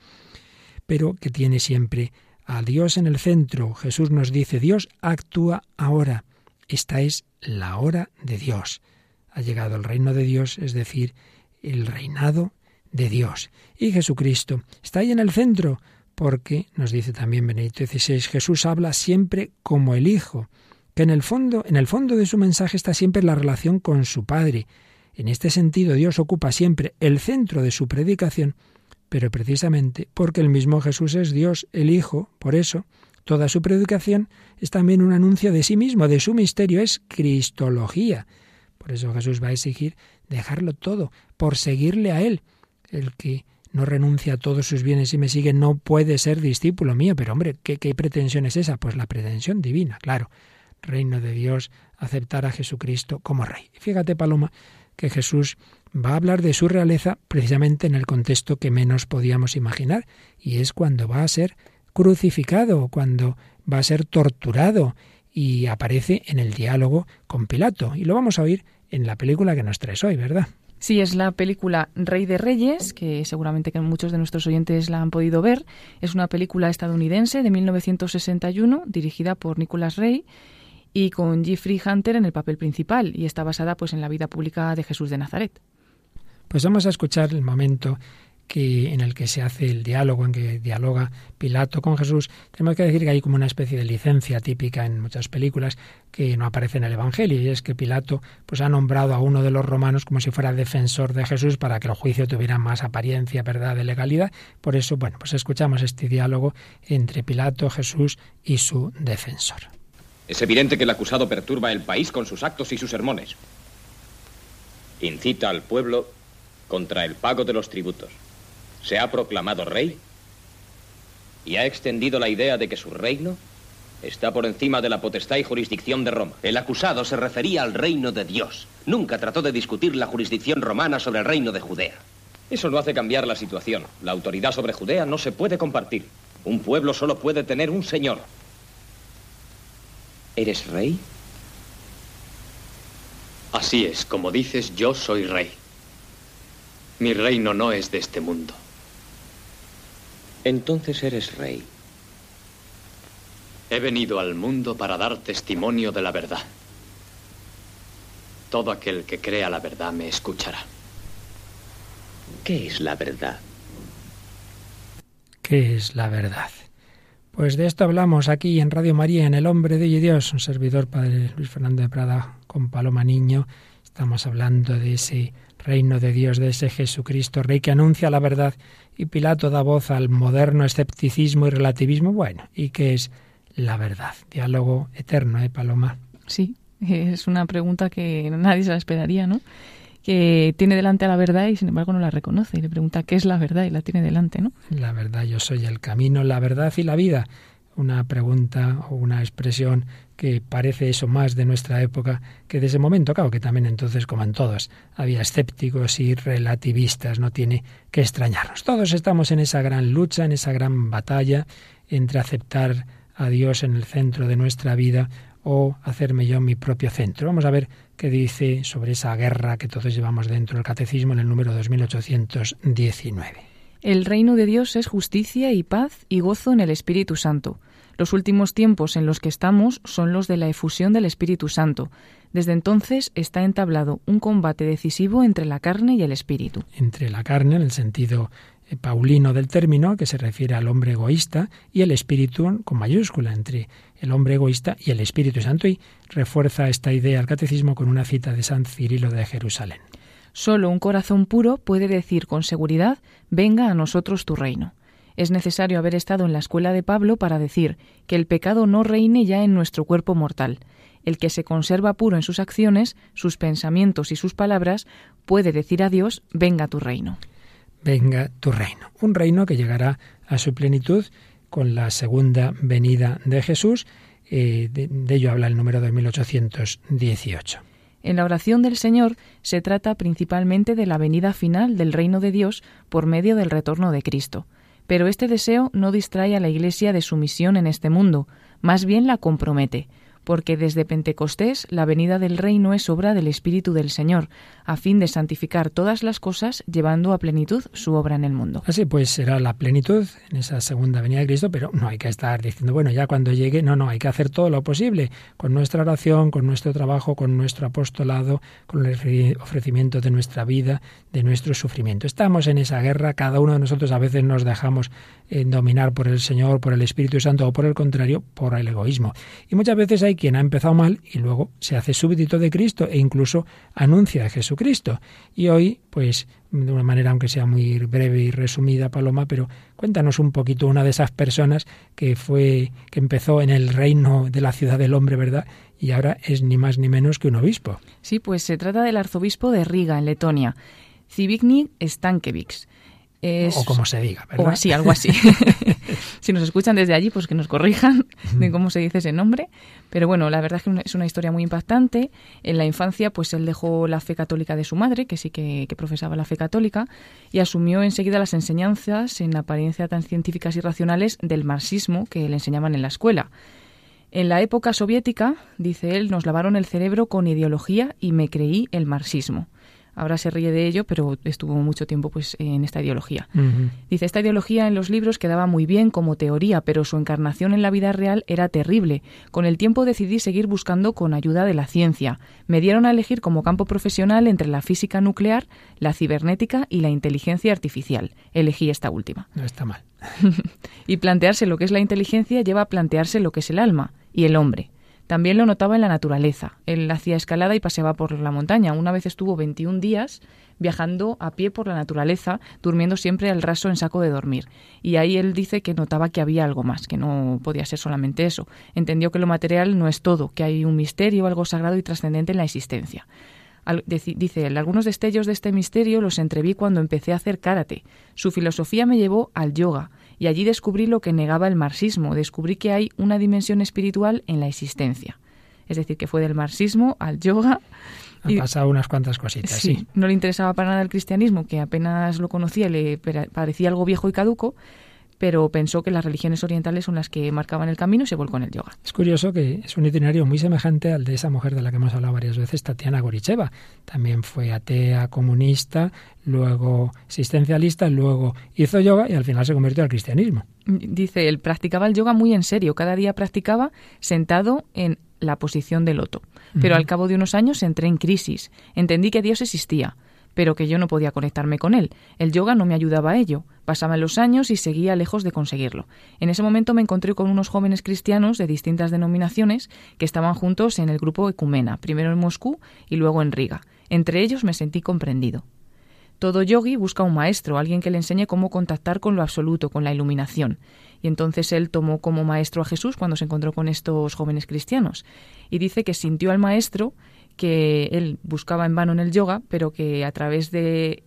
pero que tiene siempre a Dios en el centro. Jesús nos dice, Dios actúa ahora. Esta es la hora de Dios. Ha llegado el reino de Dios, es decir, el reinado de Dios. Y Jesucristo está ahí en el centro, porque, nos dice también Benedicto dieciséis, Jesús habla siempre como el Hijo, que en el fondo, en el fondo de su mensaje está siempre la relación con su Padre. En este sentido, Dios ocupa siempre el centro de su predicación, pero precisamente porque el mismo Jesús es Dios, el Hijo, por eso toda su predicación es también un anuncio de sí mismo, de su misterio, es cristología. Por eso Jesús va a exigir dejarlo todo, por seguirle a Él. El que no renuncia a todos sus bienes y me sigue no puede ser discípulo mío. Pero hombre, ¿qué, qué pretensión es esa? Pues la pretensión divina, claro. Reino de Dios, aceptar a Jesucristo como Rey. Y fíjate, Paloma, que Jesús va a hablar de su realeza precisamente en el contexto que menos podíamos imaginar, y es cuando va a ser crucificado, cuando va a ser torturado, y aparece en el diálogo con Pilato. Y lo vamos a oír en la película que nos traes hoy, ¿verdad? Sí, es la película Rey de Reyes, que seguramente que muchos de nuestros oyentes la han podido ver. Es una película estadounidense de mil novecientos sesenta y uno, dirigida por Nicholas Ray, y con Jeffrey Hunter en el papel principal, y está basada pues en la vida pública de Jesús de Nazaret. Pues vamos a escuchar el momento que en el que se hace el diálogo, en que dialoga Pilato con Jesús. Tenemos que decir que hay como una especie de licencia típica en muchas películas que no aparece en el Evangelio, y es que Pilato pues ha nombrado a uno de los romanos como si fuera defensor de Jesús para que el juicio tuviera más apariencia, verdad, de legalidad. Por eso, bueno, pues escuchamos este diálogo entre Pilato, Jesús y su defensor. Es evidente que el acusado perturba el país con sus actos y sus sermones. Incita al pueblo contra el pago de los tributos. Se ha proclamado rey y ha extendido la idea de que su reino está por encima de la potestad y jurisdicción de Roma. El acusado se refería al reino de Dios. Nunca trató de discutir la jurisdicción romana sobre el reino de Judea. Eso no hace cambiar la situación. La autoridad sobre Judea no se puede compartir. Un pueblo solo puede tener un señor. ¿Eres rey? Así es, como dices, yo soy rey. Mi reino no es de este mundo. Entonces eres rey. He venido al mundo para dar testimonio de la verdad. Todo aquel que crea la verdad me escuchará. ¿Qué es la verdad? ¿Qué es la verdad? Pues de esto hablamos aquí en Radio María, en El Hombre de Dios, un servidor, Padre Luis Fernando de Prada, con Paloma Niño. Estamos hablando de ese reino de Dios, de ese Jesucristo, Rey que anuncia la verdad, y Pilato da voz al moderno escepticismo y relativismo. Bueno, ¿y qué es la verdad? Diálogo eterno, ¿eh, Paloma? Sí, es una pregunta que nadie se la esperaría, ¿no? Que tiene delante a la verdad y sin embargo no la reconoce, y le pregunta qué es la verdad y la tiene delante, ¿no? La verdad, yo soy el camino, la verdad y la vida. Una pregunta o una expresión que parece eso más de nuestra época que de ese momento. Claro que también entonces, como en todos, había escépticos y relativistas, no tiene que extrañarnos. Todos estamos en esa gran lucha, en esa gran batalla entre aceptar a Dios en el centro de nuestra vida o hacerme yo mi propio centro. Vamos a ver qué dice sobre esa guerra que todos llevamos dentro del Catecismo en el número dos mil ochocientos diecinueve. El reino de Dios es justicia y paz y gozo en el Espíritu Santo. Los últimos tiempos en los que estamos son los de la efusión del Espíritu Santo. Desde entonces está entablado un combate decisivo entre la carne y el espíritu. Entre la carne, en el sentido paulino del término, que se refiere al hombre egoísta, y el espíritu con mayúscula, entre el hombre egoísta y el Espíritu Santo, y refuerza esta idea el Catecismo con una cita de San Cirilo de Jerusalén. Solo un corazón puro puede decir con seguridad: venga a nosotros tu reino. Es necesario haber estado en la escuela de Pablo para decir que el pecado no reine ya en nuestro cuerpo mortal. El que se conserva puro en sus acciones, sus pensamientos y sus palabras, puede decir a Dios: venga tu reino. Venga tu reino. Un reino que llegará a su plenitud con la segunda venida de Jesús. Eh, de, de ello habla el número de mil ochocientos dieciocho. En la oración del Señor se trata principalmente de la venida final del reino de Dios por medio del retorno de Cristo. Pero este deseo no distrae a la Iglesia de su misión en este mundo, más bien la compromete, porque desde Pentecostés la venida del reino es obra del Espíritu del Señor, a fin de santificar todas las cosas, llevando a plenitud su obra en el mundo. Así pues será la plenitud en esa segunda venida de Cristo, pero no hay que estar diciendo, bueno, ya cuando llegue, no, no, hay que hacer todo lo posible, con nuestra oración, con nuestro trabajo, con nuestro apostolado, con el ofrecimiento de nuestra vida, de nuestro sufrimiento. Estamos en esa guerra, cada uno de nosotros a veces nos dejamos eh, dominar por el Señor, por el Espíritu Santo, o por el contrario, por el egoísmo. Y muchas veces hay quien ha empezado mal y luego se hace súbdito de Cristo e incluso anuncia a Jesucristo. Y hoy, pues, de una manera aunque sea muy breve y resumida, Paloma, pero cuéntanos un poquito una de esas personas que fue, que empezó en el reino de la ciudad del hombre, ¿verdad? Y ahora es ni más ni menos que un obispo. Sí, pues se trata del arzobispo de Riga, en Letonia, Zbigniew Stankiewicz. Es, o como se diga, ¿verdad? O así, algo así. Si nos escuchan desde allí, pues que nos corrijan de cómo se dice ese nombre. Pero bueno, la verdad es que es una historia muy impactante. En la infancia, pues él dejó la fe católica de su madre, que sí que, que profesaba la fe católica, y asumió enseguida las enseñanzas, en apariencia tan científicas y racionales, del marxismo que le enseñaban en la escuela. En la época soviética, dice él, nos lavaron el cerebro con ideología y me creí el marxismo. Ahora se ríe de ello, pero estuvo mucho tiempo pues en esta ideología. Uh-huh. Dice, esta ideología en los libros quedaba muy bien como teoría, pero su encarnación en la vida real era terrible. Con el tiempo decidí seguir buscando con ayuda de la ciencia. Me dieron a elegir como campo profesional entre la física nuclear, la cibernética y la inteligencia artificial. Elegí esta última. No está mal. Y plantearse lo que es la inteligencia lleva a plantearse lo que es el alma y el hombre. También lo notaba en la naturaleza. Él hacía escalada y paseaba por la montaña. Una vez estuvo veintiún días viajando a pie por la naturaleza, durmiendo siempre al raso en saco de dormir. Y ahí él dice que notaba que había algo más, que no podía ser solamente eso. Entendió que lo material no es todo, que hay un misterio, algo sagrado y trascendente en la existencia. Al, dice él, algunos destellos de este misterio los entreví cuando empecé a hacer karate. Su filosofía me llevó al yoga. Y allí descubrí lo que negaba el marxismo, descubrí que hay una dimensión espiritual en la existencia. Es decir, que fue del marxismo al yoga. Han pasado unas cuantas cositas, sí, sí. No le interesaba para nada el cristianismo, que apenas lo conocía, le parecía algo viejo y caduco, pero pensó que las religiones orientales son las que marcaban el camino y se volcó en el yoga. Es curioso que es un itinerario muy semejante al de esa mujer de la que hemos hablado varias veces, Tatiana Goricheva. También fue atea, comunista, luego existencialista, luego hizo yoga y al final se convirtió al cristianismo. Dice, él practicaba el yoga muy en serio. Cada día practicaba sentado en la posición de loto. Pero uh-huh. al cabo de unos años entré en crisis. Entendí que Dios existía, pero que yo no podía conectarme con él. El yoga no me ayudaba a ello. Pasaban los años y seguía lejos de conseguirlo. En ese momento me encontré con unos jóvenes cristianos de distintas denominaciones que estaban juntos en el grupo Ecumena, primero en Moscú y luego en Riga. Entre ellos me sentí comprendido. Todo yogi busca un maestro, alguien que le enseñe cómo contactar con lo absoluto, con la iluminación. Y entonces él tomó como maestro a Jesús cuando se encontró con estos jóvenes cristianos. Y dice que sintió al maestro que él buscaba en vano en el yoga, pero que a través de,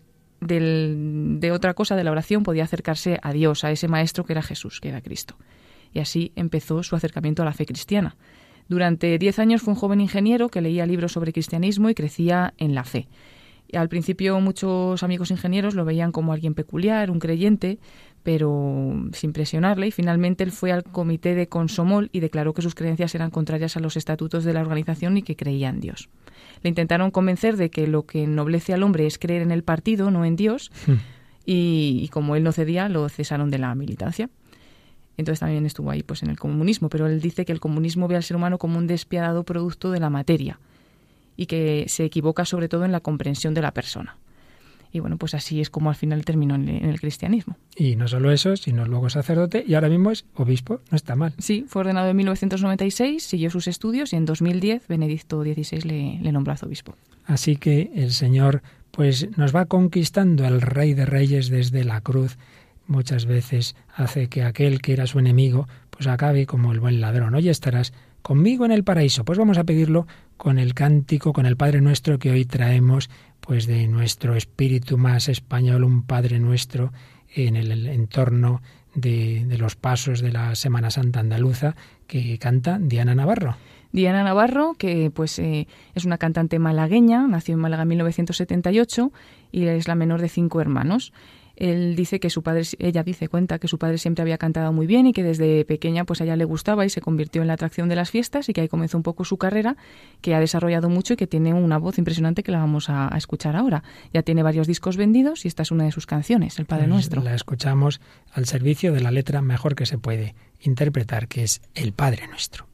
del, de otra cosa, de la oración, podía acercarse a Dios, a ese maestro que era Jesús, que era Cristo. Y así empezó su acercamiento a la fe cristiana. Durante diez años fue un joven ingeniero que leía libros sobre cristianismo y crecía en la fe. Y al principio muchos amigos ingenieros lo veían como alguien peculiar, un creyente, pero sin presionarle, y finalmente él fue al comité de Komsomol y declaró que sus creencias eran contrarias a los estatutos de la organización y que creía en Dios. Le intentaron convencer de que lo que ennoblece al hombre es creer en el partido, no en Dios, hmm. y, y como él no cedía, lo cesaron de la militancia. Entonces también estuvo ahí pues en el comunismo, pero él dice que el comunismo ve al ser humano como un despiadado producto de la materia y que se equivoca sobre todo en la comprensión de la persona. Y bueno, pues así es como al final terminó en el cristianismo. Y no solo eso, sino luego sacerdote y ahora mismo es obispo, no está mal. Sí, fue ordenado en mil novecientos noventa y seis, siguió sus estudios y en dos mil diez Benedicto dieciséis le, le nombró arzobispo. Así que el Señor pues nos va conquistando al Rey de Reyes desde la cruz. Muchas veces hace que aquel que era su enemigo pues acabe como el buen ladrón. Hoy estarás conmigo en el paraíso. Pues vamos a pedirlo con el cántico, con el Padre Nuestro que hoy traemos pues de nuestro espíritu más español, un Padre Nuestro en el entorno de, de los pasos de la Semana Santa andaluza que canta Diana Navarro. Diana Navarro, que pues eh, es una cantante malagueña, nació en Málaga en mil novecientos setenta y ocho y es la menor de cinco hermanos. Él dice que su padre, ella dice, cuenta que su padre siempre había cantado muy bien y que desde pequeña pues a ella le gustaba y se convirtió en la atracción de las fiestas y que ahí comenzó un poco su carrera, que ha desarrollado mucho y que tiene una voz impresionante que la vamos a, a escuchar ahora. Ya tiene varios discos vendidos y esta es una de sus canciones, El Padre pues Nuestro. La escuchamos al servicio de la letra mejor que se puede interpretar, que es El Padre Nuestro.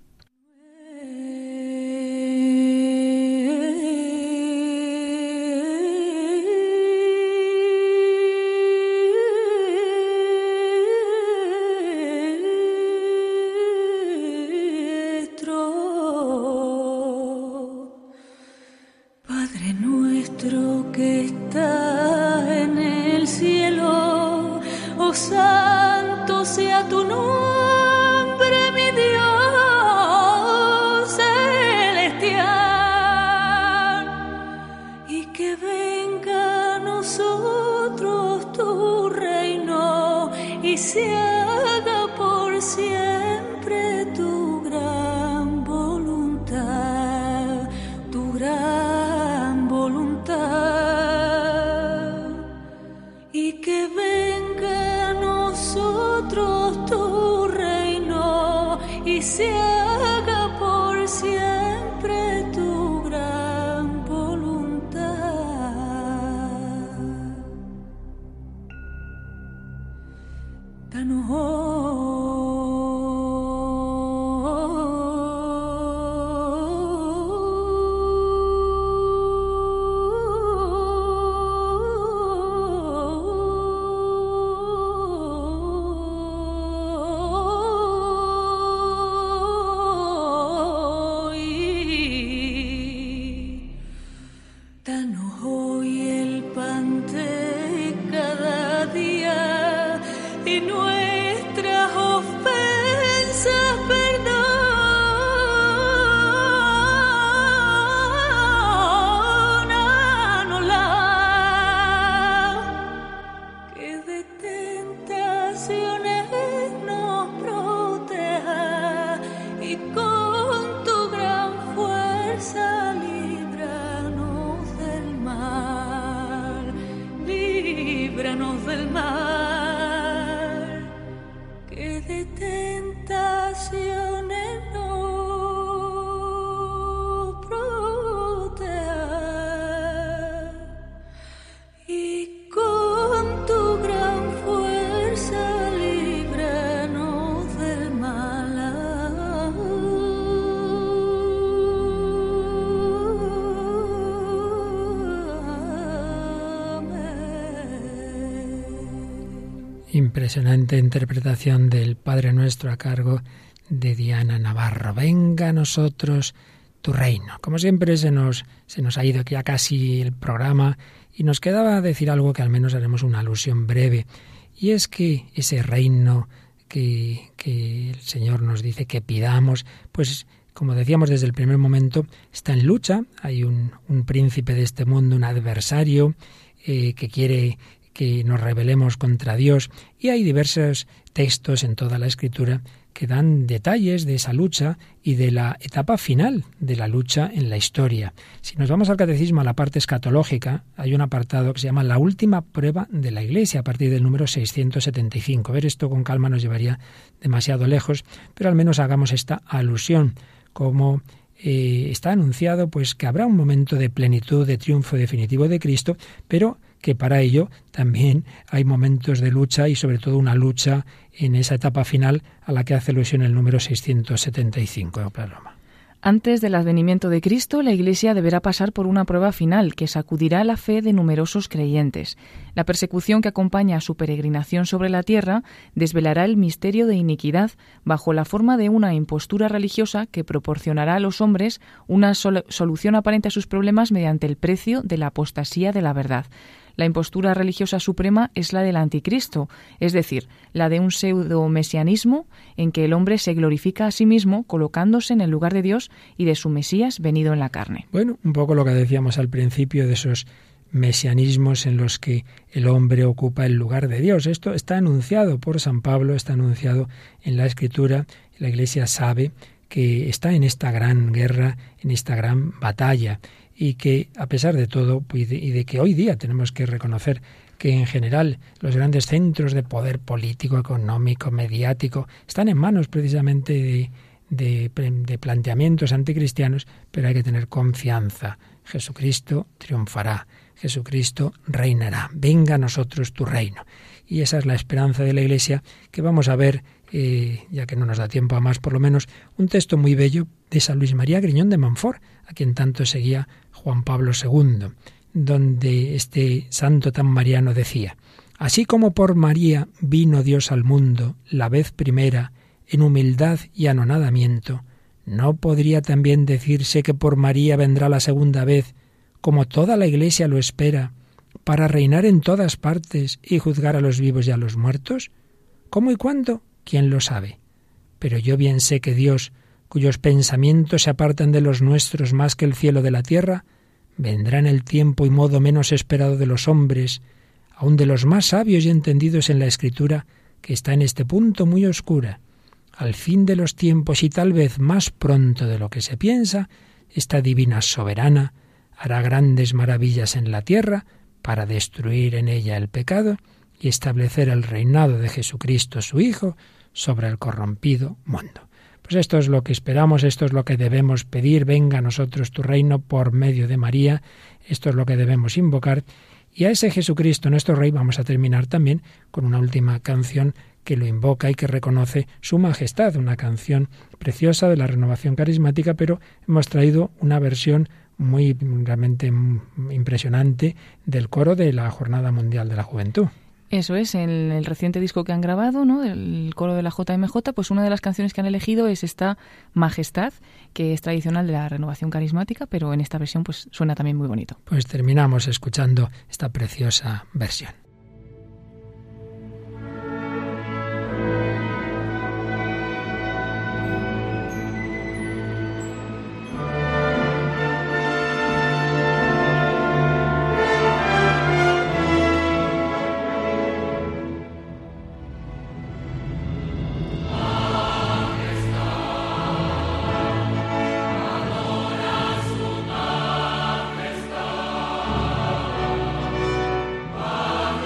Impresionante interpretación del Padre Nuestro a cargo de Diana Navarro. Venga a nosotros tu reino. Como siempre se nos, se nos ha ido ya casi el programa y nos quedaba decir algo que al menos haremos una alusión breve. Y es que ese reino que, que el Señor nos dice que pidamos, pues como decíamos desde el primer momento, está en lucha. Hay un, un príncipe de este mundo, un adversario eh, que quiere que nos rebelemos contra Dios, y hay diversos textos en toda la Escritura que dan detalles de esa lucha y de la etapa final de la lucha en la historia. Si nos vamos al Catecismo, a la parte escatológica, hay un apartado que se llama La última prueba de la Iglesia, a partir del número seiscientos setenta y cinco. Ver esto con calma nos llevaría demasiado lejos, pero al menos hagamos esta alusión, como eh, está anunciado pues que habrá un momento de plenitud, de triunfo definitivo de Cristo, pero que para ello también hay momentos de lucha y sobre todo una lucha en esa etapa final a la que hace alusión el número seiscientos setenta y cinco. Paloma. Antes del advenimiento de Cristo, la Iglesia deberá pasar por una prueba final que sacudirá la fe de numerosos creyentes. La persecución que acompaña a su peregrinación sobre la tierra desvelará el misterio de iniquidad bajo la forma de una impostura religiosa que proporcionará a los hombres una sol- solución aparente a sus problemas mediante el precio de la apostasía de la verdad. La impostura religiosa suprema es la del anticristo, es decir, la de un pseudo-mesianismo en que el hombre se glorifica a sí mismo colocándose en el lugar de Dios y de su Mesías venido en la carne. Bueno, un poco lo que decíamos al principio de esos mesianismos en los que el hombre ocupa el lugar de Dios. Esto está anunciado por San Pablo, está anunciado en la Escritura. La Iglesia sabe que está en esta gran guerra, en esta gran batalla, y que a pesar de todo, y de, y de que hoy día tenemos que reconocer que en general los grandes centros de poder político, económico, mediático, están en manos precisamente de, de, de planteamientos anticristianos, pero hay que tener confianza. Jesucristo triunfará, Jesucristo reinará, venga a nosotros tu reino. Y esa es la esperanza de la Iglesia, que vamos a ver, eh, ya que no nos da tiempo a más, por lo menos, un texto muy bello de San Luis María Griñón de Montfort, a quien tanto seguía Juan Pablo segundo, donde este santo tan mariano decía: así como por María vino Dios al mundo la vez primera en humildad y anonadamiento, ¿no podría también decirse que por María vendrá la segunda vez, como toda la Iglesia lo espera, para reinar en todas partes y juzgar a los vivos y a los muertos? ¿Cómo y cuándo? ¿Quién lo sabe? Pero yo bien sé que Dios, cuyos pensamientos se apartan de los nuestros más que el cielo de la tierra, vendrá en el tiempo y modo menos esperado de los hombres, aun de los más sabios y entendidos en la Escritura, que está en este punto muy oscura. Al fin de los tiempos y tal vez más pronto de lo que se piensa, esta divina soberana hará grandes maravillas en la tierra para destruir en ella el pecado y establecer el reinado de Jesucristo su Hijo sobre el corrompido mundo. Pues esto es lo que esperamos, esto es lo que debemos pedir: venga a nosotros tu reino por medio de María, esto es lo que debemos invocar. Y a ese Jesucristo, nuestro Rey, vamos a terminar también con una última canción que lo invoca y que reconoce su majestad, una canción preciosa de la Renovación Carismática, pero hemos traído una versión muy realmente impresionante del coro de la Jornada Mundial de la Juventud. Eso es, en el reciente disco que han grabado, ¿no?, el coro de la J M J, pues una de las canciones que han elegido es esta Majestad, que es tradicional de la Renovación Carismática, pero en esta versión pues suena también muy bonito. Pues terminamos escuchando esta preciosa versión. Majestad,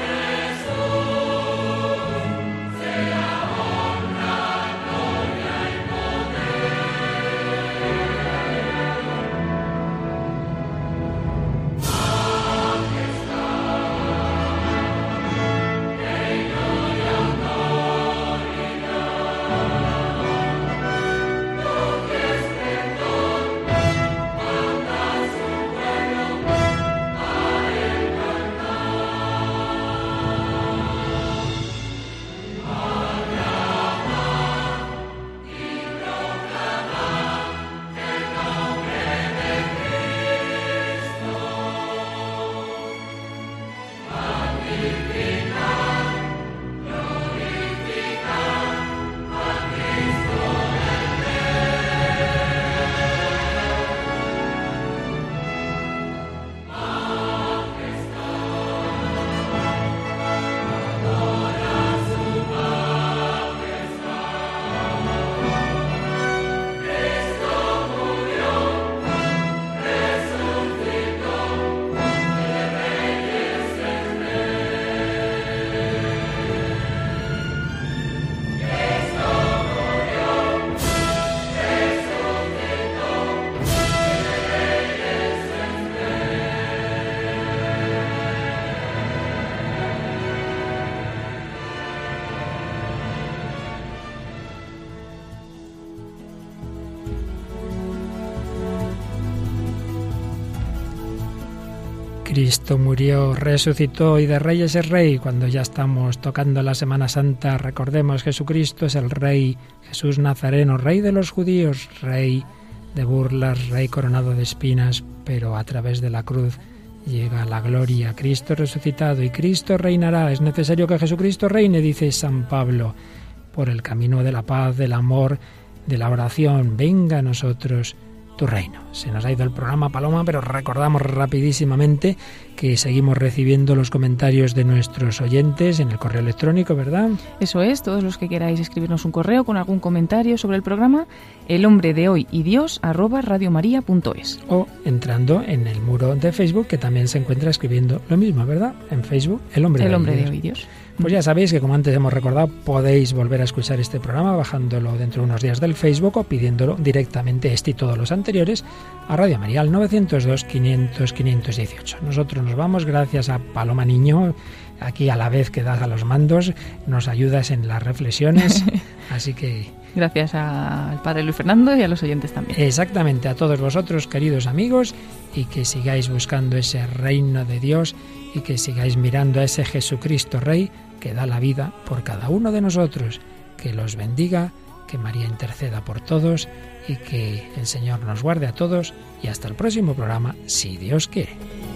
Cristo murió, resucitó y de reyes es rey. Cuando ya estamos tocando la Semana Santa, recordemos, Jesucristo es el Rey, Jesús Nazareno, Rey de los judíos, Rey de burlas, Rey coronado de espinas, pero a través de la cruz llega la gloria. Cristo resucitado y Cristo reinará. Es necesario que Jesucristo reine, dice San Pablo, por el camino de la paz, del amor, de la oración. Venga a nosotros tu reino. Se nos ha ido el programa, Paloma, pero recordamos rapidísimamente que seguimos recibiendo los comentarios de nuestros oyentes en el correo electrónico, ¿verdad? Eso es, todos los que queráis escribirnos un correo con algún comentario sobre el programa, el hombre de hoy y Dios arroba radiomaria punto es. O entrando en el muro de Facebook, que también se encuentra escribiendo lo mismo, ¿verdad? En Facebook, el hombre, el de, hombre hoy de hoy y Dios. Pues ya sabéis que, como antes hemos recordado, podéis volver a escuchar este programa bajándolo dentro de unos días del Facebook o pidiéndolo directamente, este y todos los anteriores, a Radio María al nueve cero dos, quinientos, quinientos dieciocho. Nosotros nos vamos gracias a Paloma Niño, aquí a la vez que das a los mandos, nos ayudas en las reflexiones, así que... Gracias al Padre Luis Fernando y a los oyentes también. Exactamente, a todos vosotros, queridos amigos, y que sigáis buscando ese reino de Dios y que sigáis mirando a ese Jesucristo Rey que da la vida por cada uno de nosotros. Que los bendiga, que María interceda por todos y que el Señor nos guarde a todos, y hasta el próximo programa, si Dios quiere.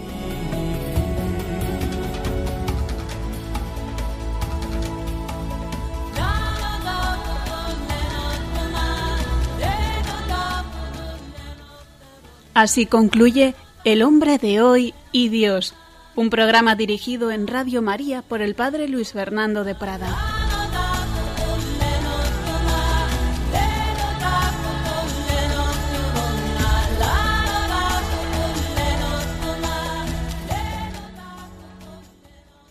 Así concluye El hombre de hoy y Dios, un programa dirigido en Radio María por el Padre Luis Fernando de Prada.